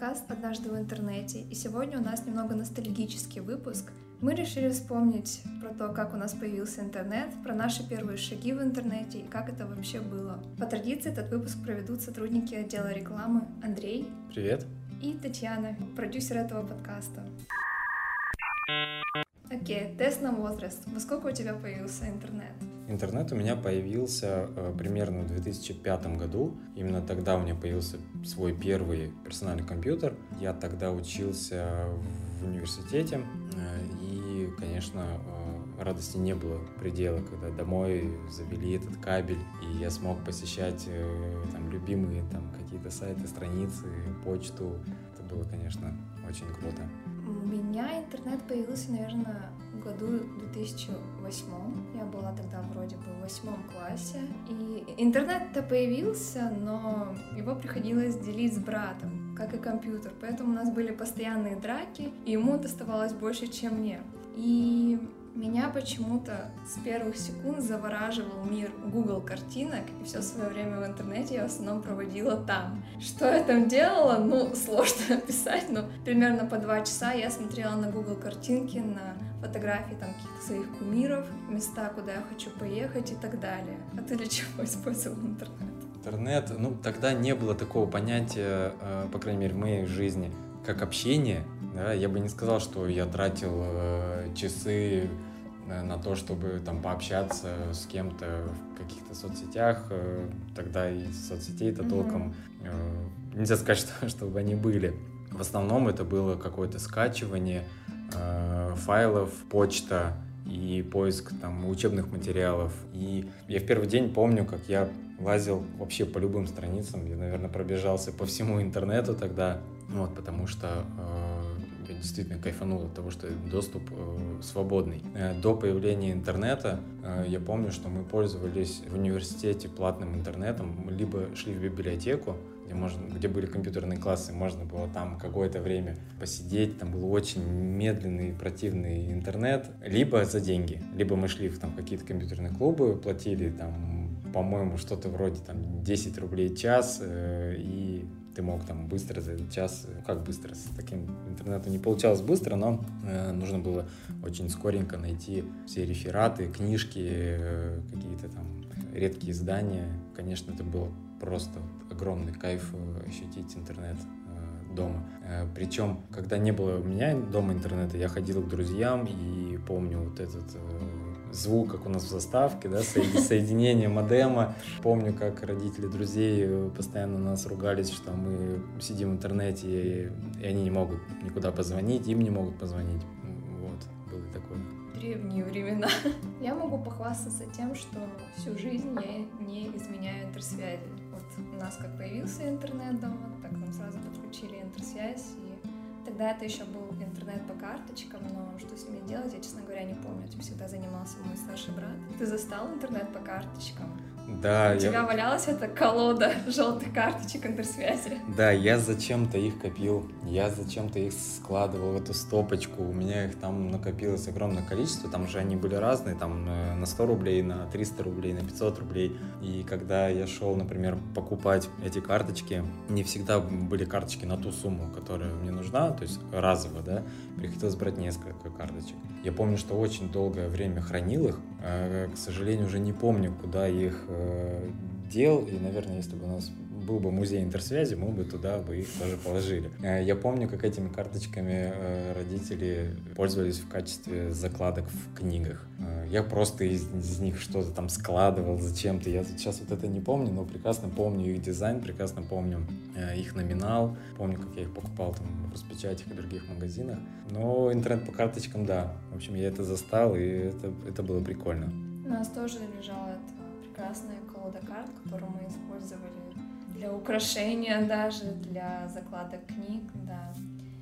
подкаст «Однажды в интернете», и сегодня у нас немного ностальгический выпуск. Мы решили вспомнить про то, как у нас появился интернет, про наши первые шаги в интернете и как это вообще было. По традиции этот выпуск проведут сотрудники отдела рекламы Андрей. Привет. И Татьяна, продюсер этого подкаста. Окей, тест на возраст. Во сколько у тебя появился интернет? Интернет у меня появился примерно в 2005 году. Именно тогда у меня появился свой первый персональный компьютер. Я тогда учился в университете, и, конечно, радости не было предела, когда домой завели этот кабель, и я смог посещать там любимые какие-то сайты, страницы, почту. Это было, конечно, очень круто. У меня интернет появился, наверное, в году 2008. Я была тогда вроде бы в 8 классе. И интернет-то появился, но его приходилось делить с братом, как и компьютер. Поэтому у нас были постоянные драки, и ему доставалось больше, чем мне. И меня почему-то с первых секунд завораживал мир Google картинок, и все свое время в интернете я в основном проводила там. Что я там делала? Сложно описать, но примерно по 2 часа я смотрела на Google картинки, на фотографии каких-то своих кумиров, места, куда я хочу поехать и так далее. А ты для чего использовал интернет? Интернет, тогда не было такого понятия, по крайней мере, в моей жизни, как общение. Да, я бы не сказал, что я тратил часы на то, чтобы пообщаться с кем-то в каких-то соцсетях. Тогда и соцсетей-то толком нельзя сказать, чтобы они были. В основном это было какое-то скачивание файлов, почта и поиск учебных материалов. И я в первый день помню, как я лазил вообще по любым страницам. Я, наверное, пробежался по всему интернету тогда, потому что я действительно кайфанул от того, что доступ свободный. До появления интернета я помню, что мы пользовались в университете платным интернетом, либо шли в библиотеку, где были компьютерные классы, можно было там какое-то время посидеть, там был очень медленный, противный интернет, либо за деньги, либо мы шли в какие-то компьютерные клубы, платили по-моему, что-то вроде 10 рублей в час, и ты мог быстро за этот час, быстро, с таким интернетом не получалось быстро, но нужно было очень скоренько найти все рефераты, книжки, какие-то редкие издания. Конечно, это было просто огромный кайф ощутить интернет дома. Причем, когда не было у меня дома интернета, я ходил к друзьям и помню этот звук, как у нас в заставке, соединение модема. Помню, как родители друзей постоянно нас ругались, что мы сидим в интернете, и они не могут никуда позвонить, им не могут позвонить. Было такое. Древние времена. Я могу похвастаться тем, что всю жизнь я не изменяю интерсвязи. У нас как появился интернет дома, так нам сразу подключили интерсвязь, и тогда это еще был интернет по карточкам, но что с ними делать, я, честно говоря, не помню. Этим всегда занимался мой старший брат. Ты застал интернет по карточкам? Да. У тебя валялась эта колода желтых карточек интерсвязи? Да, я зачем-то их копил, я зачем-то их складывал в эту стопочку. У меня их там накопилось огромное количество, там же они были разные, на 100 рублей, на 300 рублей, на 500 рублей. И когда я шел, например, покупать эти карточки, не всегда были карточки на ту сумму, которая мне нужна, то есть разово, приходилось брать несколько карточек. Я помню, что очень долгое время хранил их, к сожалению, уже не помню, куда их дел, и, наверное, если бы у нас был бы музей интерсвязи, мы бы туда их тоже положили. Я помню, как этими карточками родители пользовались в качестве закладок в книгах. Я просто из них что-то складывал зачем-то. Я сейчас это не помню, но прекрасно помню их дизайн, прекрасно помню их номинал, помню, как я их покупал в распечатях и других магазинах. Но интернет по карточкам, да. В общем, я это застал, и это было прикольно. У нас тоже лежала эта прекрасная колода карт, которую мы использовали для украшения даже, для закладок книг, да.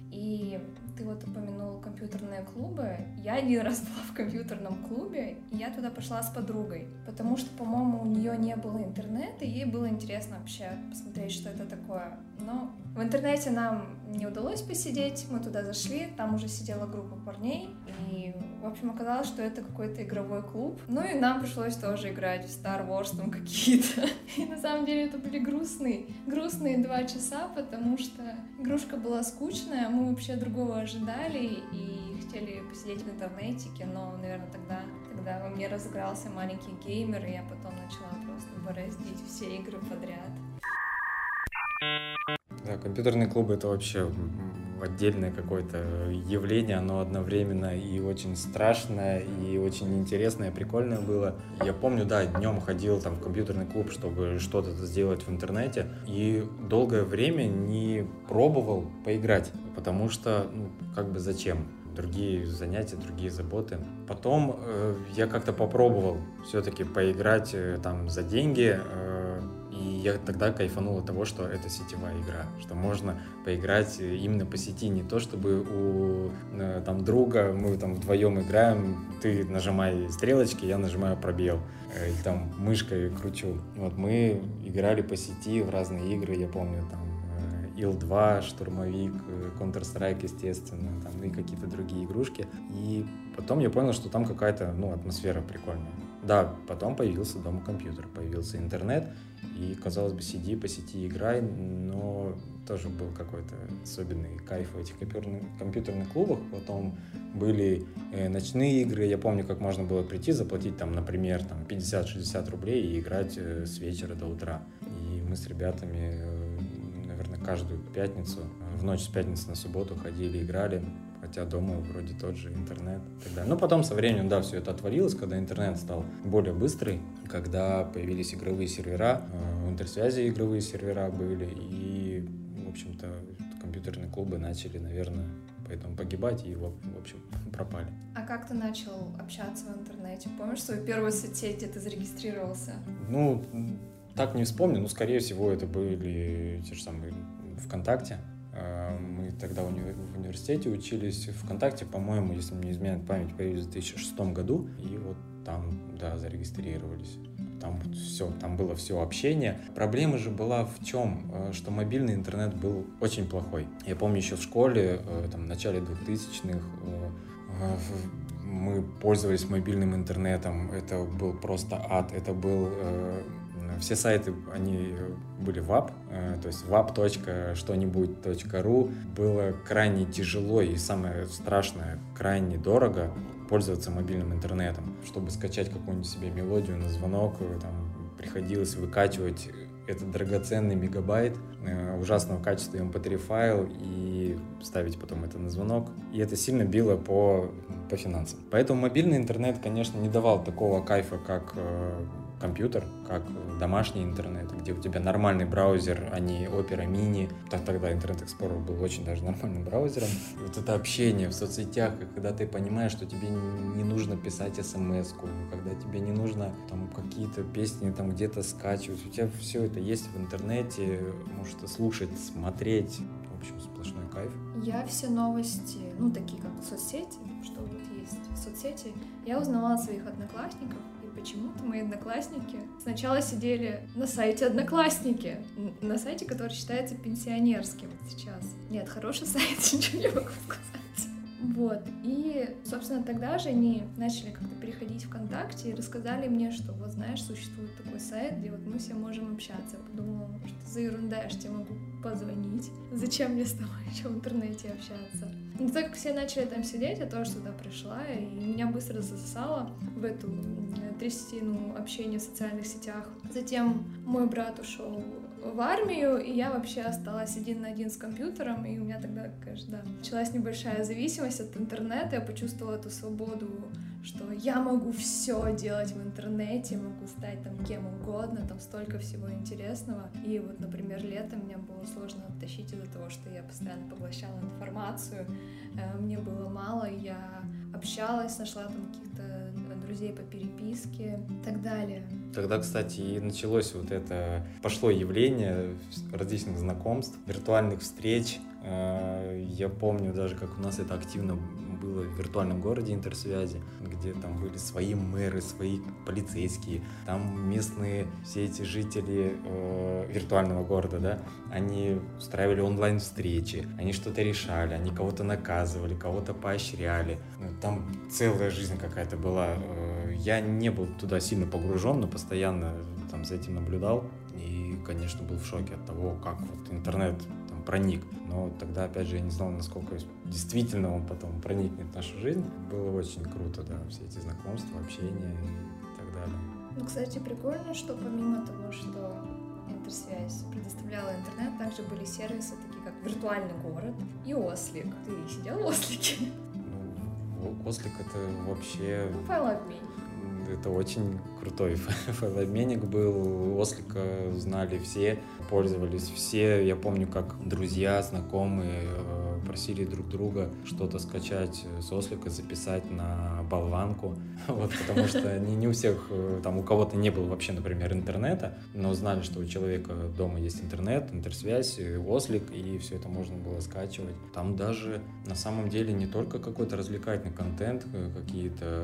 И ты упомянул компьютерные клубы. Я один раз была в компьютерном клубе, и я туда пошла с подругой, потому что, по-моему, у нее не было интернета, и ей было интересно вообще посмотреть, что это такое. Но в интернете нам не удалось посидеть, мы туда зашли, там уже сидела группа парней, и В общем, оказалось, что это какой-то игровой клуб. Ну и нам пришлось тоже играть в Star Wars там какие-то. И на самом деле это были грустные 2 часа, потому что игрушка была скучная, мы вообще другого ожидали и хотели посидеть в интернетике, но, наверное, тогда во мне разыгрался маленький геймер, и я потом начала просто бороздить все игры подряд. Да, компьютерные клубы — это вообще отдельное какое-то явление, оно одновременно и очень страшное, и очень интересное, прикольное было. Я помню, да, днем ходил там в компьютерный клуб, чтобы что-то сделать в интернете, и долгое время не пробовал поиграть, потому что, как бы зачем? Другие занятия, другие заботы. Потом я как-то попробовал все-таки поиграть там за деньги, и я тогда кайфанул от того, что это сетевая игра, что можно поиграть именно по сети, не то чтобы у там друга, мы там вдвоем играем, ты нажимай стрелочки, я нажимаю пробел, или там мышкой кручу. Вот мы играли по сети в разные игры, я помню, там Ил-2, Штурмовик, Counter-Strike, естественно, там, и какие-то другие игрушки. И потом я понял, что там какая-то, атмосфера прикольная. Да, потом появился дома компьютер, появился интернет, и, казалось бы, сиди по сети играй, но тоже был какой-то особенный кайф в этих компьютерных клубах. Потом были ночные игры, я помню, как можно было прийти, заплатить, там, например, 50-60 рублей и играть с вечера до утра. И мы с ребятами, наверное, каждую пятницу, в ночь с пятницы на субботу ходили, играли, хотя дома вроде тот же интернет и так далее. Но потом со временем, да, все это отвалилось, когда интернет стал более быстрый, когда появились игровые сервера, в интерсвязи игровые сервера были, и, в общем-то, компьютерные клубы начали, наверное, поэтому погибать и, в общем, пропали. А как ты начал общаться в интернете? Помнишь свою первую соцсеть, где ты зарегистрировался? Так не вспомню, но, скорее всего, это были те же самые ВКонтакте. Мы тогда в университете учились. ВКонтакте, по-моему, если мне не изменяет память, появились в 2006 году. И вот там, да, зарегистрировались. Там было все общение. Проблема же была в чем? Что мобильный интернет был очень плохой. Я помню, еще в школе, в начале 2000-х, мы пользовались мобильным интернетом. Это был просто ад. Это был... Все сайты, они были вап, то есть wap.что-нибудь.ру. Было крайне тяжело и, самое страшное, крайне дорого пользоваться мобильным интернетом. Чтобы скачать какую-нибудь себе мелодию на звонок, там приходилось выкачивать этот драгоценный мегабайт ужасного качества MP3 файл и ставить потом это на звонок. И это сильно било по финансам. Поэтому мобильный интернет, конечно, не давал такого кайфа, как компьютер, как домашний интернет, где у тебя нормальный браузер, а не Opera Mini. Тогда Internet Explorer был очень даже нормальным браузером. И вот это общение в соцсетях, когда ты понимаешь, что тебе не нужно писать смс-ку, когда тебе не нужно там какие-то песни там где-то скачивать, у тебя все это есть в интернете, можешь слушать, смотреть. В общем, сплошной кайф. Я все новости, такие как соцсети, что вот есть соцсети, я узнавала от своих одноклассников. Почему-то мои одноклассники сначала сидели на сайте Одноклассники, на сайте, который считается пенсионерским сейчас. Нет, хороший сайт, ничего не могу сказать. Вот, и, собственно, тогда же они начали как-то переходить ВКонтакте и рассказали мне, что вот, знаешь, существует такой сайт, где вот мы все можем общаться. Я подумала, что за ерунда, я же тебе могу позвонить. Зачем мне с тобой еще в интернете общаться? Но так как все начали там сидеть, я тоже туда пришла, и меня быстро засосало в эту трясину общения в социальных сетях. Затем мой брат ушел в армию, и я вообще осталась один на один с компьютером, и у меня тогда, конечно, да, началась небольшая зависимость от интернета, я почувствовала эту свободу, что я могу все делать в интернете, могу стать там кем угодно, там столько всего интересного. И вот, например, летом мне было сложно оттащить из-за того, что я постоянно поглощала информацию, мне было мало, я общалась, нашла там каких-то друзей по переписке и так далее. Тогда, кстати, и началось пошло явление различных знакомств, виртуальных встреч. Я помню даже, как у нас это активно было в виртуальном городе интерсвязи, где там были свои мэры, свои полицейские, там местные все эти жители виртуального города, да, они устраивали онлайн-встречи, они что-то решали, они кого-то наказывали, кого-то поощряли. Там целая жизнь какая-то была. Я не был туда сильно погружен, но постоянно там за этим наблюдал и, конечно, был в шоке от того, как вот интернет там проник. Но тогда, опять же, я не знал, насколько действительно он потом проникнет в нашу жизнь. Было очень круто, да, все эти знакомства, общение и так далее. Ну, кстати, прикольно, что помимо того, что интерсвязь предоставляла интернет, также были сервисы, такие как виртуальный город и Ослик. Ты сидел в Ослике? Ну, Ослик — это вообще... Ну, файлообмен. Это очень крутой файлообменник был. Ослика знали все, пользовались все. Я помню, как друзья, знакомые просили друг друга что-то скачать с Ослика, записать на болванку. Вот, потому что не у всех, там у кого-то не было вообще, например, интернета, но знали, что у человека дома есть интернет, интерсвязь, Ослик, и все это можно было скачивать. Там даже на самом деле не только какой-то развлекательный контент, какие-то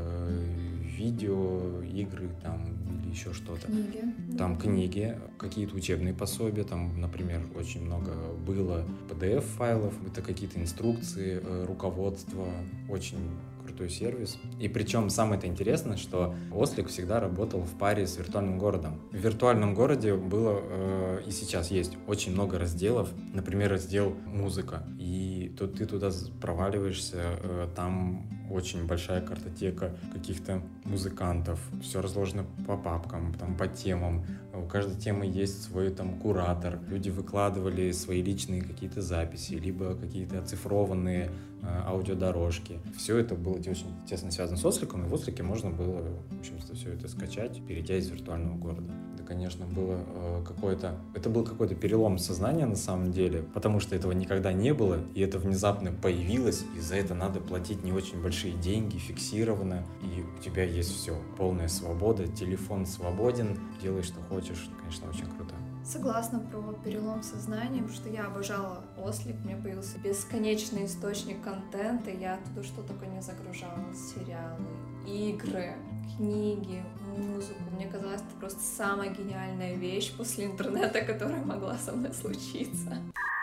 видео, игры там или еще что-то. Книги. Там книги, какие-то учебные пособия, там, например, очень много было PDF-файлов, это какие-то инструкции, руководство, очень крутой сервис. И причем самое-то интересное, что Ослик всегда работал в паре с виртуальным городом. В виртуальном городе было и сейчас есть очень много разделов, например, раздел «Музыка», и тут ты туда проваливаешься, там очень большая картотека каких-то музыкантов, все разложено по папкам, там, по темам, у каждой темы есть свой там куратор, люди выкладывали свои личные какие-то записи, либо какие-то оцифрованные аудиодорожки. Все это было очень тесно связано с Осликом, и в Ослике можно было, в общем-то, все это скачать, перейдя из виртуального города. Это, конечно, было это был какой-то перелом сознания на самом деле, потому что этого никогда не было, и это внезапно появилось, и за это надо платить не очень большие деньги, фиксированно, и у тебя есть все, полная свобода, телефон свободен, делай, что хочешь, конечно, очень круто. Согласна про перелом сознания, потому что я обожала Ослик, у меня появился бесконечный источник контента, я оттуда что только не загружала, сериалы, игры, книги, музыку. Мне казалось, это просто самая гениальная вещь после интернета, которая могла со мной случиться.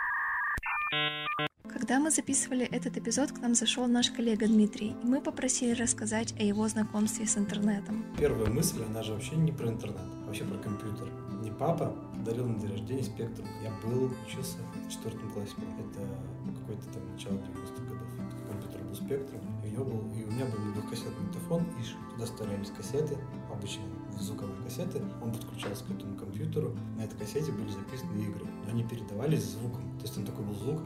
Когда мы записывали этот эпизод, к нам зашел наш коллега Дмитрий, и мы попросили рассказать о его знакомстве с интернетом. Первая мысль, она же вообще не про интернет, а вообще про компьютер. Мне папа подарил на день рождения Spectrum. Я учился в 4 классе. Это какой-то там начало 90-х годов. Компьютер был Spectrum, и у меня был двухкассетный магнитофон, и туда вставлялись кассеты, обычные звуковые кассеты. Он подключался к этому компьютеру. На этой кассете были записаны игры. Но они передавались звуком. То есть там такой был звук.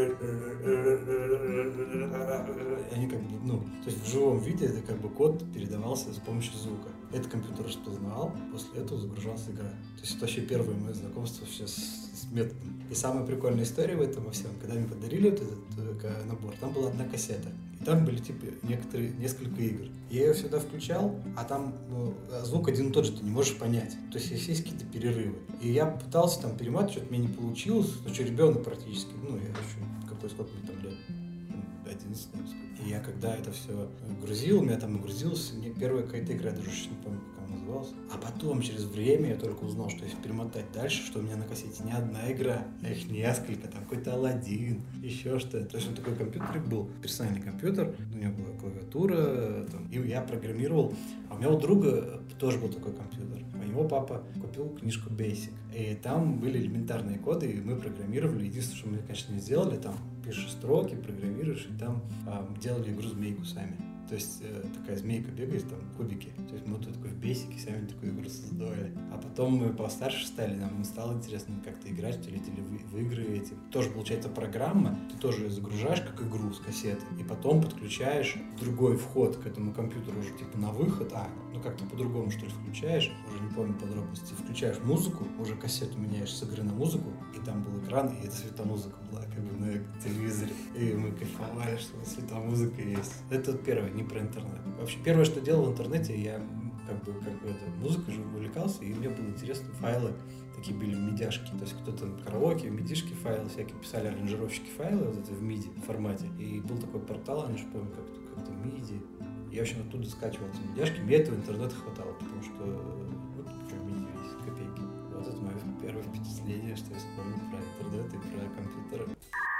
И они как бы, то есть в живом виде это как бы код передавался с помощью звука. Этот компьютер распознавал, после этого загружалась игра. То есть это вообще первое мое знакомство с методом. И самая прикольная история в этом во всем, когда мне подарили вот этот набор, там была одна кассета. И там были типа несколько игр. Я ее всегда включал, а там звук один и тот же, ты не можешь понять. То есть есть какие-то перерывы. И я пытался там перематывать, что-то мне не получилось. Ну что, ребенок практически, я еще сколько мне там лет, 11, наверное. И я когда это все грузил, у меня там нагрузилась первая какая-то игра, я даже не помню, как она называлась. А потом, через время, я только узнал, что если перемотать дальше, что у меня на кассете не одна игра, а их несколько, там какой-то Аладдин, еще что-то. То есть он такой компьютерик был, персональный компьютер, у него была клавиатура, и я программировал. А у меня у друга тоже был такой компьютер. У него папа купил книжку Basic. И там были элементарные коды, и мы программировали. Единственное, что мы, конечно, не сделали, там пишешь строки, программируешь, и там делали игру-змейку сами. То есть такая змейка бегает, там кубики. То есть мы тут такой в бейсике сами такую игру создавали. А потом мы постарше стали, нам стало интересно как-то играть или в игры эти. Тоже получается программа, ты тоже ее загружаешь как игру с кассеты, и потом подключаешь другой вход к этому компьютеру уже типа на выход, как-то по-другому что ли включаешь, уже не помню подробности, включаешь музыку, уже кассету меняешь с игры на музыку, и там был экран, и это светомузыка была как бы на телевизоре. И мы кайфовали, что светомузыка есть. Это первое, не про интернет. Вообще, первое, что делал в интернете, я музыкой же увлекался, и мне было интересно, файлы такие были медяшки, то есть кто-то караоке, медишки файлы, всякие писали аранжировщики файлы вот это в MIDI формате, и был такой портал, я не помню, как-то MIDI, я, в общем, оттуда скачивал эти медяшки, мне этого интернета хватало, потому что вот про MIDI есть копейки. Вот это мое первое впечатление, что я вспомнил про интернет и про компьютеры.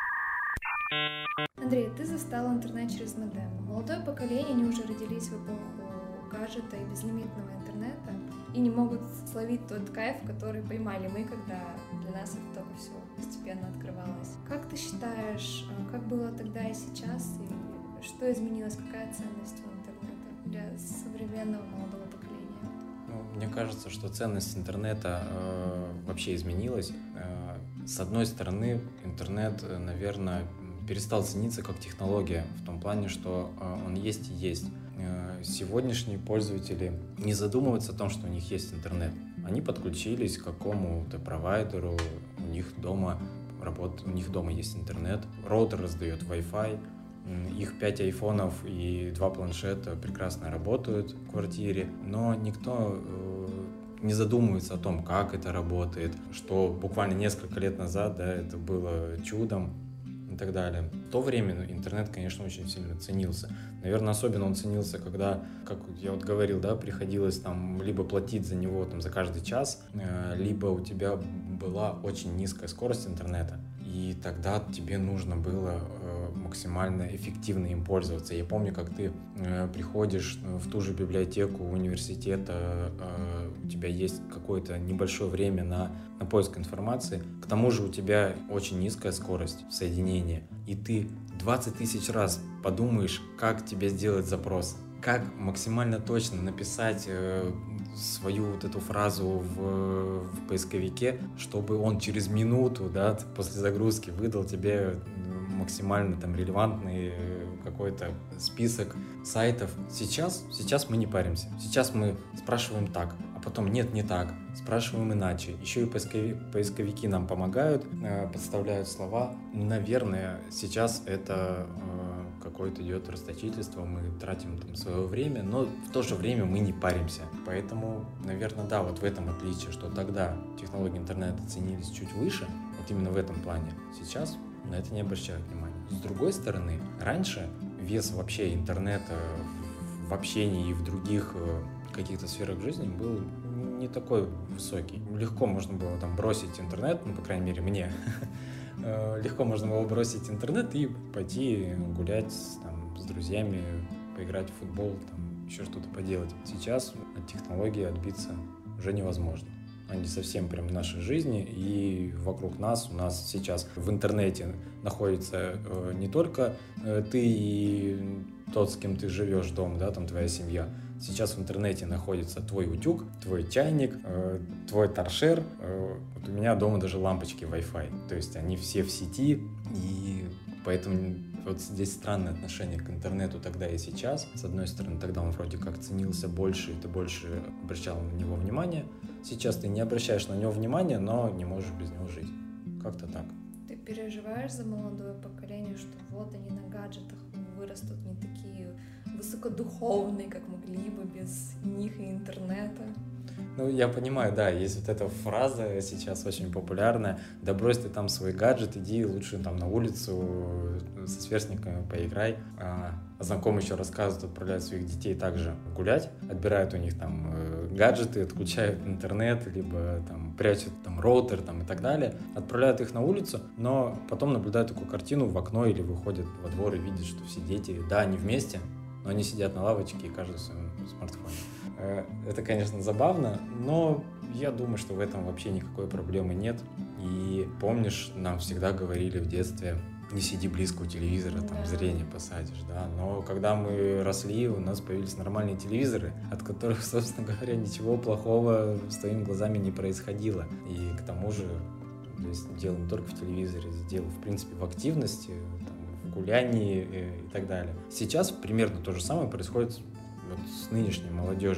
Андрей, ты застал интернет через модем. Молодое поколение, они уже родились в эпоху гаджета и безлимитного интернета и не могут словить тот кайф, который поймали мы, когда для нас это только все постепенно открывалось. Как ты считаешь, как было тогда и сейчас, и что изменилось, какая ценность у интернета для современного молодого поколения? Мне кажется, что ценность интернета вообще изменилась. С одной стороны, интернет, наверное, перестал цениться как технология, в том плане, что он есть и есть. Сегодняшние пользователи не задумываются о том, что у них есть интернет. Они подключились к какому-то провайдеру, у них дома есть интернет, роутер раздает Wi-Fi, их 5 айфонов и 2 планшета прекрасно работают в квартире, но никто не задумывается о том, как это работает, что буквально несколько лет назад, да, это было чудом и так далее. В то время интернет, конечно, очень сильно ценился. Наверное, особенно он ценился, когда, как я вот говорил, да, приходилось там либо платить за него там, за каждый час, либо у тебя была очень низкая скорость интернета, и тогда тебе нужно было максимально эффективно им пользоваться. Я помню, как ты приходишь в ту же библиотеку университета, у тебя есть какое-то небольшое время на поиск информации, к тому же у тебя очень низкая скорость соединения, и ты 20 тысяч раз подумаешь, как тебе сделать запрос, как максимально точно написать свою вот эту фразу в поисковике, чтобы он через минуту, да, после загрузки выдал тебе максимально там релевантный какой-то список сайтов. Сейчас мы не паримся. Сейчас мы спрашиваем так, а потом нет, не так, спрашиваем иначе. Еще и поисковики нам помогают, подставляют слова. Наверное, сейчас это какое-то идет расточительство, мы тратим там свое время, но в то же время мы не паримся. Поэтому, наверное, да, вот в этом отличие, что тогда технологии интернета ценились чуть выше, вот именно в этом плане. Сейчас на это не обращают внимания. С другой стороны, раньше вес вообще интернета в общении и в других каких-то сферах жизни был не такой высокий. Легко можно было там бросить интернет, ну, по крайней мере, мне. Легко можно было бросить интернет и пойти гулять там, с друзьями, поиграть в футбол, там, еще что-то поделать. Сейчас от технологий отбиться уже невозможно. Они совсем прям в нашей жизни, и вокруг нас, у нас сейчас в интернете находится не только ты и тот, с кем ты живешь дома, да, там твоя семья. Сейчас в интернете находится твой утюг, твой чайник, твой торшер. Вот у меня дома даже лампочки Wi-Fi, то есть они все в сети, и поэтому вот здесь странное отношение к интернету тогда и сейчас. С одной стороны, тогда он вроде как ценился больше, и ты больше обращал на него внимание. Сейчас ты не обращаешь на него внимания, но не можешь без него жить. Как-то так. Ты переживаешь за молодое поколение, что вот они на гаджетах вырастут не такие высокодуховные, как могли бы без них и интернета? Ну, я понимаю, да, есть вот эта фраза сейчас очень популярная: да брось ты там свой гаджет, иди лучше там на улицу со сверстниками поиграй. А знакомые еще рассказывают, отправляют своих детей также гулять, отбирают у них там гаджеты, отключают интернет, либо там прячут там роутер там, и так далее, отправляют их на улицу, но потом наблюдают такую картину в окно или выходят во двор и видят, что все дети, да, они вместе, но они сидят на лавочке и каждый в своем смартфоне. Это, конечно, забавно, но я думаю, что в этом вообще никакой проблемы нет. И помнишь, нам всегда говорили в детстве: не сиди близко у телевизора, там зрение посадишь, да. Но когда мы росли, у нас появились нормальные телевизоры, от которых, собственно говоря, ничего плохого с твоими глазами не происходило. И к тому же здесь дело не только в телевизоре, здесь дело, в принципе, в активности, там, в гулянии и так далее. Сейчас примерно то же самое происходит вот с нынешней молодежью.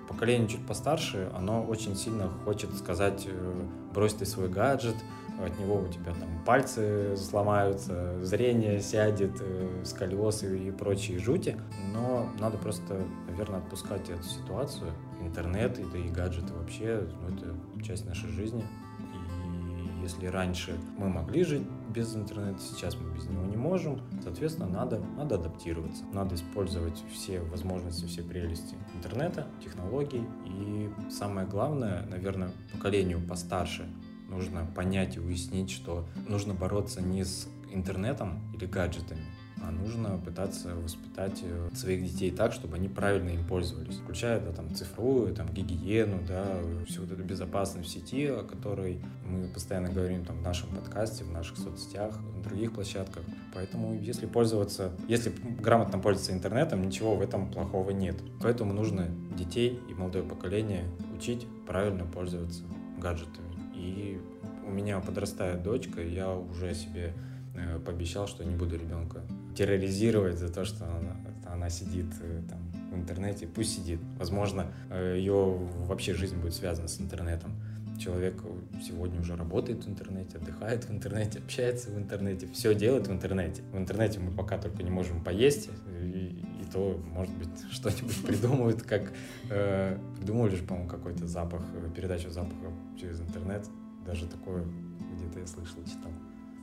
поколение чуть постарше, оно очень сильно хочет сказать, брось ты свой гаджет, от него у тебя там пальцы сломаются, зрение сядет, сколиоз и прочие жути. Но надо просто, наверное, отпускать эту ситуацию. Интернет, да и гаджеты вообще, это часть нашей жизни. И если раньше мы могли жить без интернета, сейчас мы без него не можем. Соответственно, надо адаптироваться. Надо использовать все возможности, все прелести интернета, технологий. И самое главное, наверное, поколению постарше нужно понять и уяснить, что нужно бороться не с интернетом или гаджетами, а нужно пытаться воспитать своих детей так, чтобы они правильно им пользовались, включая цифровую гигиену, всю вот эту безопасность в сети, о которой мы постоянно говорим в нашем подкасте, в наших соцсетях, в других площадках. Поэтому если грамотно пользоваться интернетом, ничего в этом плохого нет. Поэтому нужно детей и молодое поколение учить правильно пользоваться гаджетами. И у меня подрастает дочка, и я уже себе пообещал, что не буду ребенка терроризировать за то, что она сидит в интернете. Пусть сидит. Возможно, ее вообще жизнь будет связана с интернетом. Человек сегодня уже работает в интернете, отдыхает в интернете, общается в интернете, все делает в интернете. В интернете мы пока только не можем поесть, и то, может быть, что-нибудь придумают, как придумали же, по-моему, какой-то запах, передачу запахов через интернет. Даже такое где-то я слышал, читал.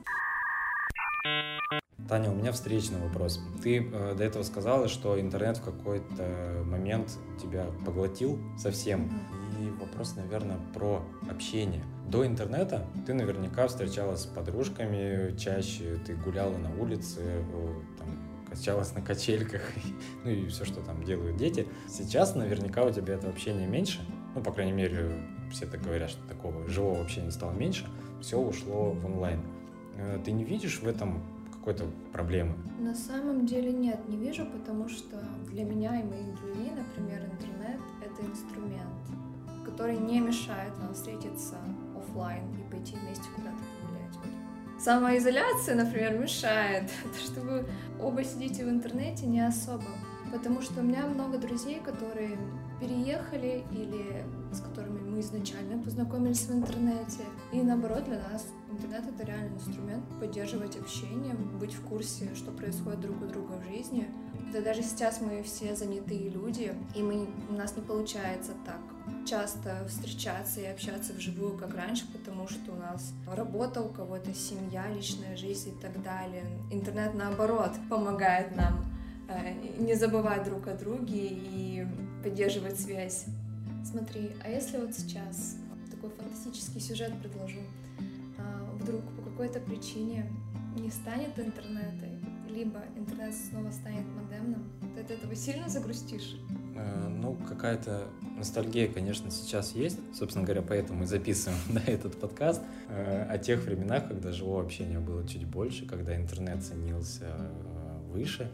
Таня, у меня встречный вопрос. Ты до этого сказала, что интернет в какой-то момент тебя поглотил совсем. И вопрос, наверное, про общение. До интернета ты наверняка встречалась с подружками чаще, ты гуляла на улице, качалась на качельках, и все, что там делают дети. Сейчас наверняка у тебя этого общения меньше. По крайней мере, все так говорят, что такого живого общения стало меньше. Все ушло в онлайн. Ты не видишь в этом какой-то проблемы? На самом деле нет, не вижу, потому что для меня и моих друзей, например, интернет — это инструмент, который не мешает вам встретиться офлайн и пойти вместе куда-то погулять. Самоизоляция, например, мешает, что вы оба сидите в интернете не особо. Потому что у меня много друзей, которые переехали или с которыми мы изначально познакомились в интернете. И наоборот, для нас интернет — это реальный инструмент поддерживать общение, быть в курсе, что происходит друг у друга в жизни. Да даже сейчас мы все занятые люди, и у нас не получается так часто встречаться и общаться вживую, как раньше, потому что у нас работа, у кого-то семья, личная жизнь и так далее. Интернет, наоборот, помогает нам не забывать друг о друге и поддерживать связь. Смотри, а если вот сейчас такой фантастический сюжет предложу, вдруг по какой-то причине не станет интернета, либо интернет снова станет модемным, ты от этого сильно загрустишь? Какая-то ностальгия, конечно, сейчас есть. Собственно говоря, поэтому мы записываем этот подкаст о тех временах, когда живого общения было чуть больше, когда интернет ценился выше.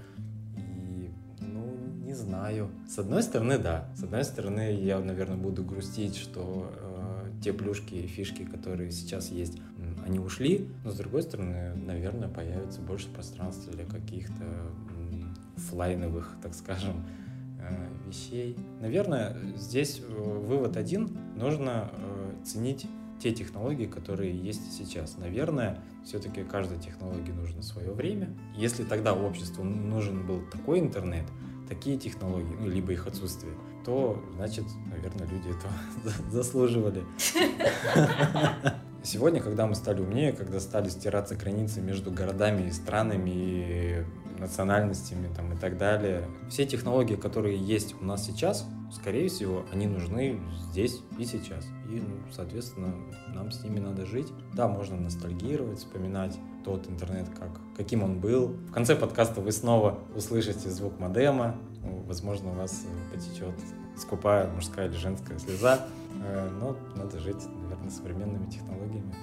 Не знаю. С одной стороны, да. С одной стороны, я, наверное, буду грустить, что те плюшки и фишки, которые сейчас есть, они ушли. Но с другой стороны, наверное, появится больше пространства для каких-то офлайновых, так скажем, вещей. Наверное, здесь вывод один. Нужно ценить те технологии, которые есть сейчас. Наверное, все-таки каждой технологии нужно свое время. Если тогда обществу нужен был такой интернет, такие технологии, либо их отсутствие, то, значит, наверное, люди этого заслуживали. Сегодня, когда мы стали умнее, когда стали стираться границы между городами и странами, и национальностями и так далее, все технологии, которые есть у нас сейчас, скорее всего, они нужны здесь и сейчас. И, соответственно, нам с ними надо жить. Да, можно ностальгировать, вспоминать тот интернет, каким он был. В конце подкаста вы снова услышите звук модема. Возможно, у вас потечет скупая мужская или женская слеза. Но надо жить, наверное, современными технологиями.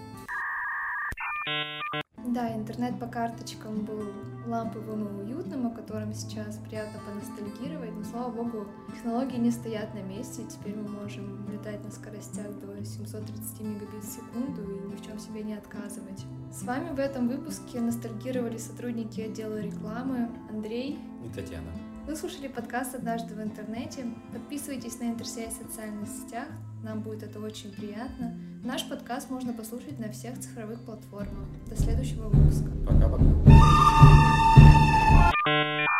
Да, интернет по карточкам был ламповым и уютным, о котором сейчас приятно поностальгировать, но, слава богу, технологии не стоят на месте, и теперь мы можем летать на скоростях до 730 мегабит в секунду и ни в чем себе не отказывать. С вами в этом выпуске ностальгировали сотрудники отдела рекламы Андрей и Татьяна. Вы слушали подкаст «Однажды в интернете». Подписывайтесь на Интерсвязь в социальных сетях. Нам будет это очень приятно. Наш подкаст можно послушать на всех цифровых платформах. До следующего выпуска. Пока-пока.